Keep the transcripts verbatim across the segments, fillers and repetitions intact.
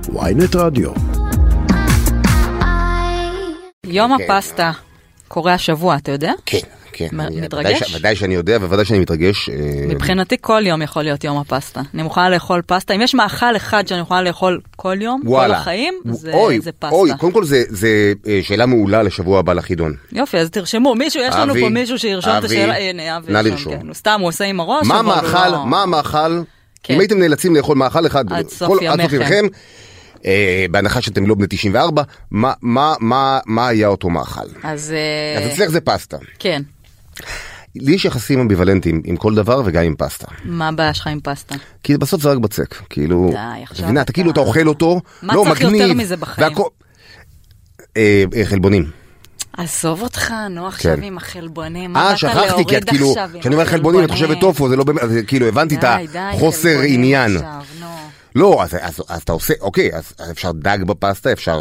וויינט רדיו. יום הפסטה קורה השבוע, אתה יודע? כן, כן. מתרגש? ודאי שאני יודע, וודאי שאני מתרגש. מבחינתי כל יום יכול להיות יום הפסטה. אני מוכנה לאכול פסטה. אם יש מאכל אחד שאני יכולה לאכול כל יום, כל החיים, זה פסטה. אוי, קודם כל זה שאלה מעולה לשבוע הבא לחידון. יופי, אז תרשמו. מישהו, יש לנו פה מישהו שירשום את השאלה. הנה, אבי. נא לרשום. סתם הוא עושה עם הראש. מה המאכל, מה המאכל, אם הייתם נאלצים לאכול מאכל אחד, עד סוף ימיכם, בהנחה שאתם לא בני תשעים וארבע, מה היה אותו מאכל? אז אצלך זה פסטה. כן. לי יש יחסים אמביוולנטיים עם כל דבר וגם עם פסטה. מה הבעיה שלך עם פסטה? כי בסוף זה רק בצק. כאילו, אתה כאילו אתה אוכל אותו, מה צריך יותר מזה בחיים? חלבונים. עזוב אותך, נו עכשיו עם החלבונים. אה, שכחתי, כי את כאילו, כשאני אומר חלבונים, את חושבת טופו, זה לא באמת, כאילו הבנתי את החוסר עניין. לא, אז אתה עושה, אוקיי, אז אפשר דג בפסטה, אפשר,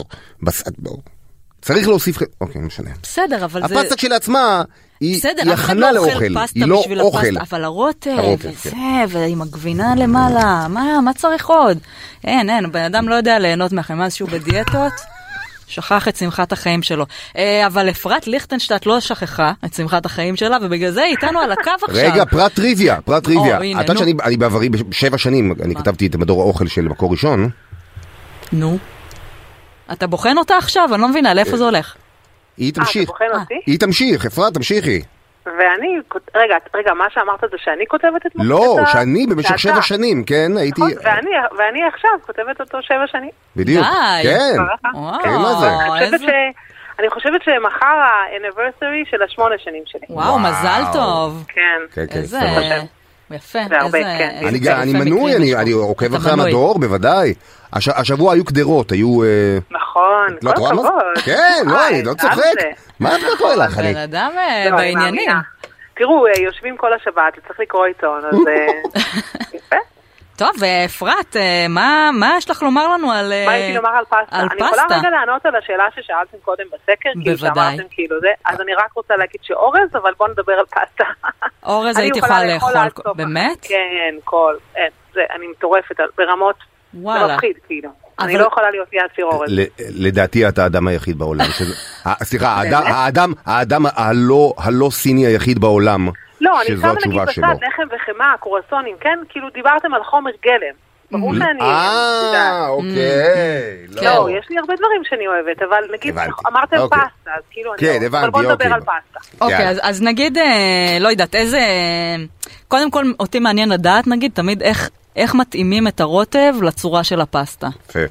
צריך להוסיף, אוקיי, משנה. בסדר, אבל זה... הפסטה כשלעצמה היא הכנה לאוכל, היא לא אוכל. אבל הרוטב, וזה, ועם הגבינה למעלה, מה צריך עוד? אין, אין, בן אדם לא יודע ליהנות מהחיים, אז שהוא בדיאטות, שכח את שמחת החיים שלו. אבל אפרת ליכטנשטט לא שכחה את שמחת החיים שלה, ובגלל זה איתנו על הקו עכשיו. רגע, פרט טריוויה, פרט טריוויה. אתה יודע שאני בעברי בשבע שנים, אני כתבתי את מדור האוכל של מקור ראשון. נו. אתה בוחן אותה עכשיו? אני לא מבינה, לאיפה זה הולך? היא תמשיך. אתה בוחן אותי? היא תמשיך, אפרת, תמשיכי. ואני, רגע, רגע, מה שאמרת זה שאני כותבת את... לא, שאני במשך שבע שנים, כן, הייתי... ואני עכשיו כותבת אותו שבע שנים. בדיוק, כן. כן, מה זה? אני חושבת שמחר האניברסרי של השמונה שנים שלי. וואו, מזל טוב. כן. איזה... יפה. זה הרבה, כן. אני מנוי, אני עוקב אחרי המדור, בוודאי. השבוע היו קדרות, היו... נכון, כל הכבוד. כן, לא, אני לא צוחק. מה את לא קורא לך? בן אדם בעניינים. תראו, יושבים כל השבת, צריך לקרוא עיתון, אז יפה. טוב, אפרת, מה יש לך לומר לנו על פסטה? מה הייתי לומר על פסטה? אני יכולה רגע לענות על השאלה ששאלתם קודם בסקר, כאילו שאמרתם כאילו זה, אז אני רק רוצה להגיד שאורז, אבל בואו נדבר על פסטה. אורז הייתי יכולה לאכול, באמת? כן, כל, אני מטורפת ברמות, זה מפחיד כאילו. אני לא יכולה להיות ליד סיר אורז. לדעתי אתה האדם היחיד בעולם. סליחה, האדם הלא סיני היחיד בעולם. לא, אני שמה נגיד בצד לחם וחמה, קורסונים, כן? כאילו דיברתם על חומר גלם. ברור שאני... אה, אוקיי. לא, יש לי הרבה דברים שאני אוהבת, אבל נגיד אמרתם פסטה, אז כאילו אני לא... אבל בוא נדבר על פסטה. אוקיי, אז נגיד, לא יודעת, איזה... קודם כל, אותי מעניין לדעת, נגיד, תמיד איך מתאימים את הרוטב לצורה של הפסטה.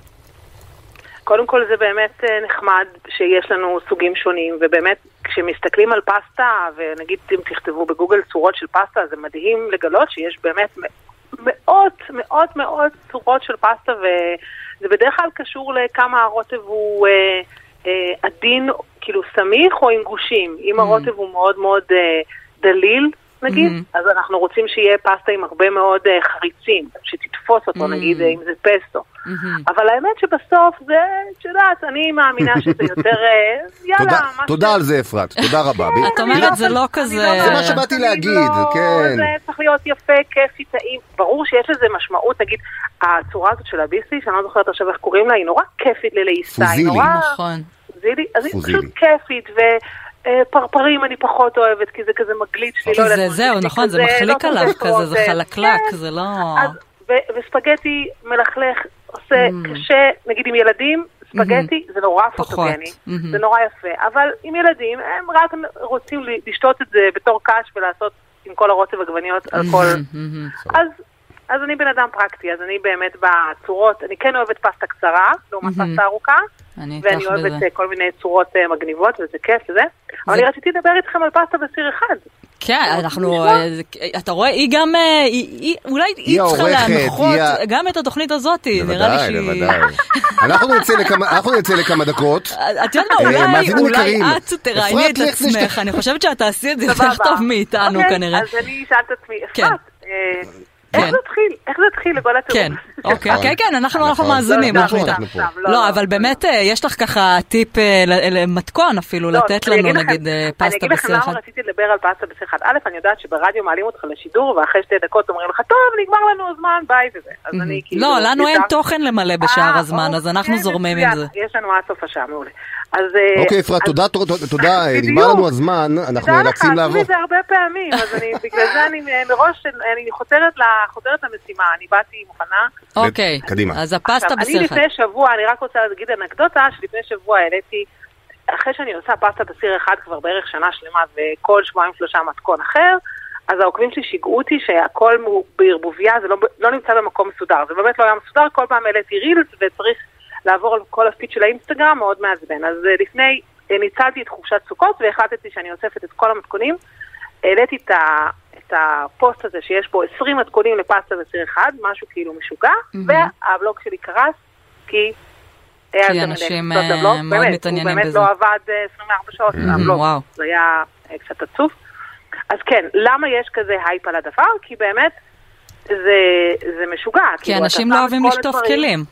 קודם כל זה באמת נחמד שיש לנו סוגים שונים, ובאמת כשמסתכלים על פסטה, ונגיד אם תכתבו בגוגל צורות של פסטה, זה מדהים לגלות שיש באמת מאות, מאות, מאות צורות של פסטה, וזה בדרך כלל קשור לכמה הרוטב הוא אה, אה, עדין, כאילו סמיך או עם גושים. אם הרוטב הוא מאוד מאוד אה, דליל, נגיד, mm-hmm. אז אנחנו רוצים שיהיה פסטה עם הרבה מאוד uh, חריצים, שתתפוס אותו, mm-hmm. נגיד, אם זה פסטו. Mm-hmm. אבל האמת שבסוף זה, שדעת, אני מאמינה שזה יותר, uh, יאללה. תודה, תודה ש... על זה, אפרת, תודה רבה. את אומרת, זה לא כזה... זה מה שבאתי להגיד, כן. זה צריך להיות יפה, כיפי, טעים. ברור שיש לזה משמעות, נגיד, הצורה הזאת של הביסלי, שאני לא זוכרת עכשיו איך קוראים לה, היא נורא כיפית ללעיסה. פוזילי. נכון. פוזילי, אז היא פשוט כיפית, ו... פרפרים אני פחות אוהבת, כי זה כזה מגליץ שלי. זה זהו, נכון, זה מחליק עליו כזה, זה חלקלק, זה לא... וספגטי מלכלך עושה קשה, נגיד עם ילדים, ספגטי זה נורא פוטוגני, זה נורא יפה, אבל עם ילדים הם רק רוצים לשתות את זה בתור קש ולעשות עם כל הרוטב הגווניות על כל... אז אני בן אדם פרקטי, אז אני באמת בצורות, אני כן אוהבת פסטה קצרה, לעומת פסטה ארוכה, ואני אוהבת כל מיני צורות מגניבות, וזה כיף וזה. אבל אני רציתי לדבר איתכם על פסטה בסיר אחד. כן, אנחנו, אתה רואה, היא גם, אולי היא צריכה להנחות גם את התוכנית הזאת, נראה לי שהיא... בוודאי, בוודאי. אנחנו נצא לכמה דקות. את יודעת מה, אולי את תראייני את עצמך, אני חושבת שאת תעשי את זה יותר טוב מאיתנו כנראה. אז אני אשאל את עצמי, אפרת, איך זה התחיל? איך זה התחיל לכל הטירוף? כן, אוקיי, כן, כן, אנחנו מאזינים. לא, אבל באמת יש לך ככה טיפ למתכון אפילו, לתת לנו נגיד פסטה בסיר אחד. אני אגיד לך למה רציתי לדבר על פסטה בסיר אחד. א', אני יודעת שברדיו מעלים אותך לשידור, ואחרי שתי דקות אומרים לך, טוב, נגמר לנו הזמן, ביי וזה. אז אני כאילו... לא, לנו אין תוכן למלא בשאר הזמן, אז אנחנו זורמים עם זה. יש לנו עד סוף השעה, מעולה. אוקיי, אפרת, תודה, תודה, נגמר לנו הזמן, אנחנו נאלצים לעבור. תדע לך, עשיתי את זה הרבה פעמים, אז בגלל זה אני מראש, אני חוזרת למשימה, אני באתי מוכנה. אוקיי, אז הפסטה בסיר אחד. אני לפני שבוע, אני רק רוצה להגיד אנקדוטה, שלפני שבוע העליתי, אחרי שאני עושה פסטה בסיר אחד כבר בערך שנה שלמה, וכל שבועיים שלושה מתכון אחר, אז העוקבים שלי שיגעו אותי שהכל בערבוביה, זה לא נמצא במקום מסודר, זה באמת לא היה מסודר, כל פעם העליתי רילס וצריך לעבור על כל הפיד של האינסטגרם, מאוד מעצבן. אז לפני, ניצלתי את חופשת סוכות, והחלטתי שאני אוספת את כל המתכונים, העליתי את, ה, את הפוסט הזה שיש בו עשרים מתכונים לפסטה בסיר אחד, משהו כאילו משוגע, mm-hmm. והבלוג שלי קרס, כי... כי אנשים מאוד מתעניינים בזה. הוא באמת לא עבד עשרים וארבע שעות, mm-hmm. הבלוג. וואו. זה היה קצת עצוב. אז כן, למה יש כזה הייפ על הדבר? כי באמת זה, זה משוגע. כי כאילו אנשים לא אוהבים לשטוף כלים.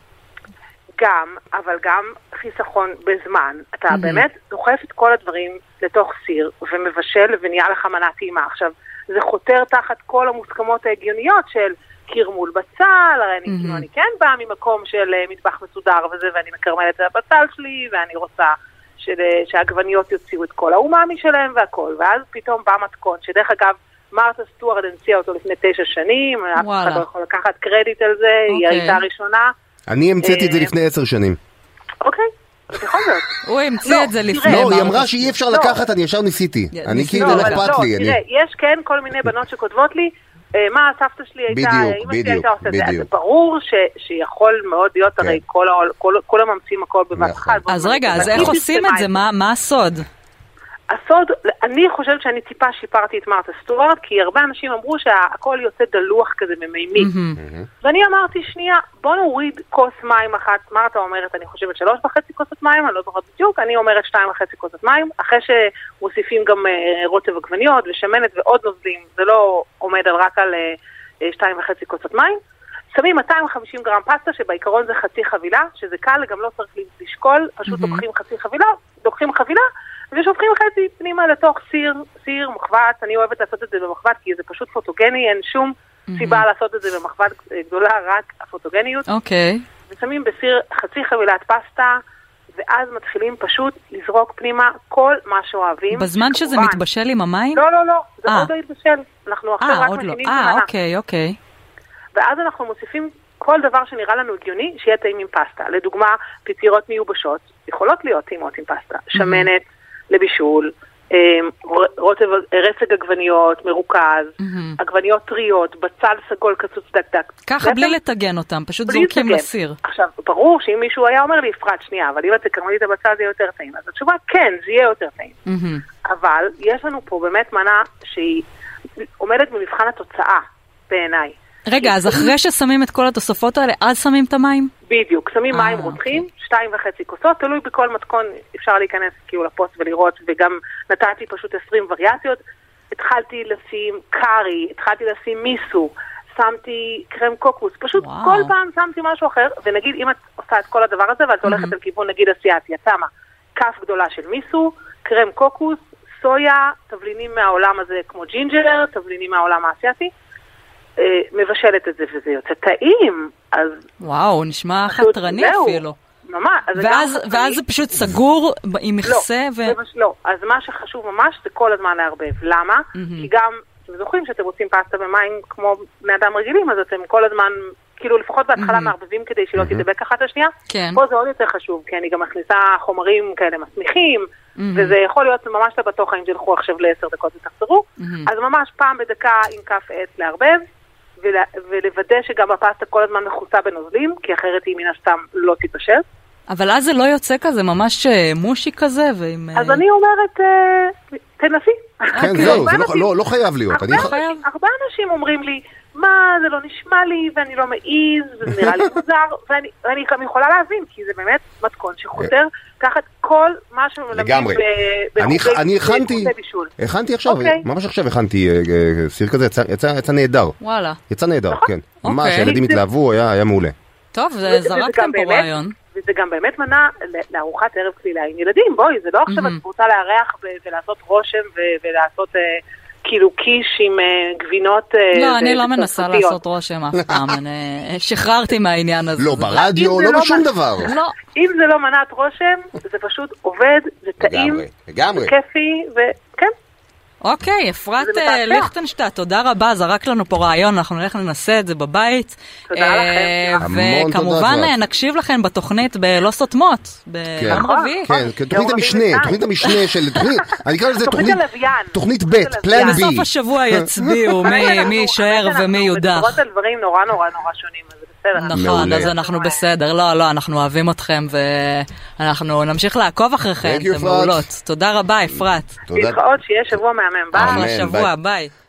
גם, אבל גם חיסכון בזמן. אתה mm-hmm. באמת דוחף את כל הדברים לתוך סיר, ומבשל ונהיה לך מנה טעימה. עכשיו, זה חותר תחת כל המוסכמות ההגיוניות של קרמול בצל, הרי אני, mm-hmm. כאילו, אני כן באה ממקום של מטבח מסודר וזה, ואני מקרמלת את הבצל שלי, ואני רוצה של, שהגווניות יוציאו את כל האומאמי שלהם והכל. ואז פתאום בא מתכון, שדרך אגב, מרתה סטוארד הnciאה אותו לפני תשע שנים, אף אחד לא יכול לקחת קרדיט על זה, okay. היא הייתה הראשונה. אני המצאתי את זה לפני עשר שנים. אוקיי, בכל זאת. הוא המציא את זה לפני. לא, היא אמרה שאי אפשר לקחת, אני ישר ניסיתי. אני כאילו לא אכפת לי. תראה, יש כן כל מיני בנות שכותבות לי, מה הסבתא שלי הייתה, אמא שלי הייתה עושה את זה. אז ברור שיכול מאוד להיות, הרי כולם ממציאים הכל בבת אחת. אז רגע, אז איך עושים את זה? מה הסוד? הסוד, אני חושבת שאני טיפה שיפרתי את מרתה סטוארד, כי הרבה אנשים אמרו שהכל יוצא דלוח כזה ממימי. ואני אמרתי, שנייה, בוא נוריד כוס מים אחת, מרתה אומרת, אני חושבת שלוש וחצי כוסות מים, אני לא זוכרת בדיוק, אני אומרת שתיים וחצי כוסות מים, אחרי שמוסיפים גם רוטב עגבניות ושמנת ועוד נוזלים, זה לא עומד על רק על שתיים וחצי כוסות מים, שמים מאתיים וחמישים גרם פסטה, שבעיקרון זה חצי חבילה, שזה קל, גם לא צריך לשקול, פשוט לוקחים חצי חבילה, לוקחים חבילה, ושופכים חצי פנימה לתוך סיר, סיר, מחבת. אני אוהבת לעשות את זה במחבת, כי זה פשוט פוטוגני, אין שום סיבה לעשות את זה במחבת גדולה, רק הפוטוגניות. אוקיי. ושמים בסיר חצי חבילת פסטה, ואז מתחילים פשוט לזרוק פנימה כל מה שאוהבים. בזמן שזה מתבשל עם המים? לא, לא, לא, זה עוד לא התבשל. אנחנו עכשיו רק מכינים את המנה. אה, אוקיי, אוקיי. ואז אנחנו מוסיפים כל דבר שנראה לנו הגיוני, שיהיה טעים עם פסטה. לדוגמה, פיצירות מיובשות, יכולות להיות טעימות עם פסטה. שמנת, לבישול, רוטב, רסק עגבניות, מרוכז, עגבניות טריות, בצל סגול קצוץ דק דק. ככה בלי לתגן אותם, פשוט זורקים לסיר. עכשיו, ברור שאם מישהו היה אומר לי, אפרת, שנייה, אבל אם את תקרמלי את הבצל זה יהיה יותר טעים. אז התשובה, כן, זה יהיה יותר טעים. אבל יש לנו פה באמת מנה שהיא עומדת במבחן התוצאה, בעיניי. רגע, אז אחרי ששמים את כל התוספות האלה, אז שמים את המים? בדיוק, שמים מים רותחים, שתיים וחצי כוסות, תלוי בכל מתכון, אפשר להיכנס כאילו לפוסט ולראות, וגם נתתי פשוט עשרים וריאציות. התחלתי לשים קארי, התחלתי לשים מיסו, שמתי קרם קוקוס, פשוט כל פעם שמתי משהו אחר, ונגיד אם את עושה את כל הדבר הזה, ואת הולכת על כיוון נגיד אסיאטי, את שמה כף גדולה של מיסו, קרם קוקוס, סויה, תבלינים מהעולם הזה כמו ג'ינג'ר, תבלינים מהעולם האסיאטי, מבשלת את זה וזה יוצא טעים, אז... וואו, נשמע חתרני אפילו. ממש. ואז זה פשוט סגור עם מכסה ו... לא, אז מה שחשוב ממש זה כל הזמן להרבב. למה? כי גם, אתם זוכרים שאתם רוצים פסטה במים כמו בני אדם רגילים, אז אתם כל הזמן, כאילו לפחות בהתחלה מערבבים כדי שלא תדבק אחת לשנייה. פה זה עוד יותר חשוב, כי אני גם מכניסה חומרים כאלה מסמיכים, וזה יכול להיות ממש לבתוך האם תלכו עכשיו לעשר דקות ותחזרו. אז ממש פעם בדקה עם כף עץ להרבב, ולוודא שגם הפסטה כל הזמן מכוסה בנוזלים, כי אחרת היא מן הסתם לא תתבשל. אבל אז זה לא יוצא כזה, ממש מושי כזה, ועם... אז אני אומרת, תנסי. כן, זהו, זה לא חייב להיות. הרבה אנשים אומרים לי, מה, זה לא נשמע לי, ואני לא מעיז, וזה נראה לי מוזר, ואני, ואני גם יכולה להבין, כי זה באמת מתכון שחותר, ככה כל מה שמלמדים בקורסי בישול. הכנתי עכשיו, ממש עכשיו הכנתי סיר כזה, יצא נהדר. וואלה. יצא נהדר, כן. ממש, הילדים התלהבו, היה מעולה. טוב, זרקתם פה רעיון. וזה גם באמת מנה לארוחת ערב קלילה עם ילדים, בואי, זה לא עכשיו את רוצה לארח ולעשות רושם ולעשות כאילו קיש עם גבינות. לא, אני לא מנסה לעשות רושם אף פעם, שחררתי מהעניין הזה. לא ברדיו, לא בשום דבר. אם זה לא מנת רושם, זה פשוט עובד, זה טעים, זה כיפי, וכן. אוקיי, אפרת ליכטנשטט, תודה רבה, זרק לנו פה רעיון, אנחנו נלך לנסה את זה בבית. תודה לכם. וכמובן נקשיב לכם בתוכנית בלא סוטמות, ביום רביעי. כן, תוכנית המשנה, תוכנית המשנה של, אני אקרא לזה תוכנית ב', פלן בי. בסוף השבוע יצביעו מי יישאר ומי יודח. מדברות על דברים נורא נורא נורא שונים, אז נכון, אז אנחנו בסדר. לא, לא, אנחנו אוהבים אתכם ואנחנו נמשיך לעקוב אחריכם, אתם מעולות. תודה רבה, אפרת. להתראות, שיהיה שבוע מהמם. ביי. שבוע, ביי.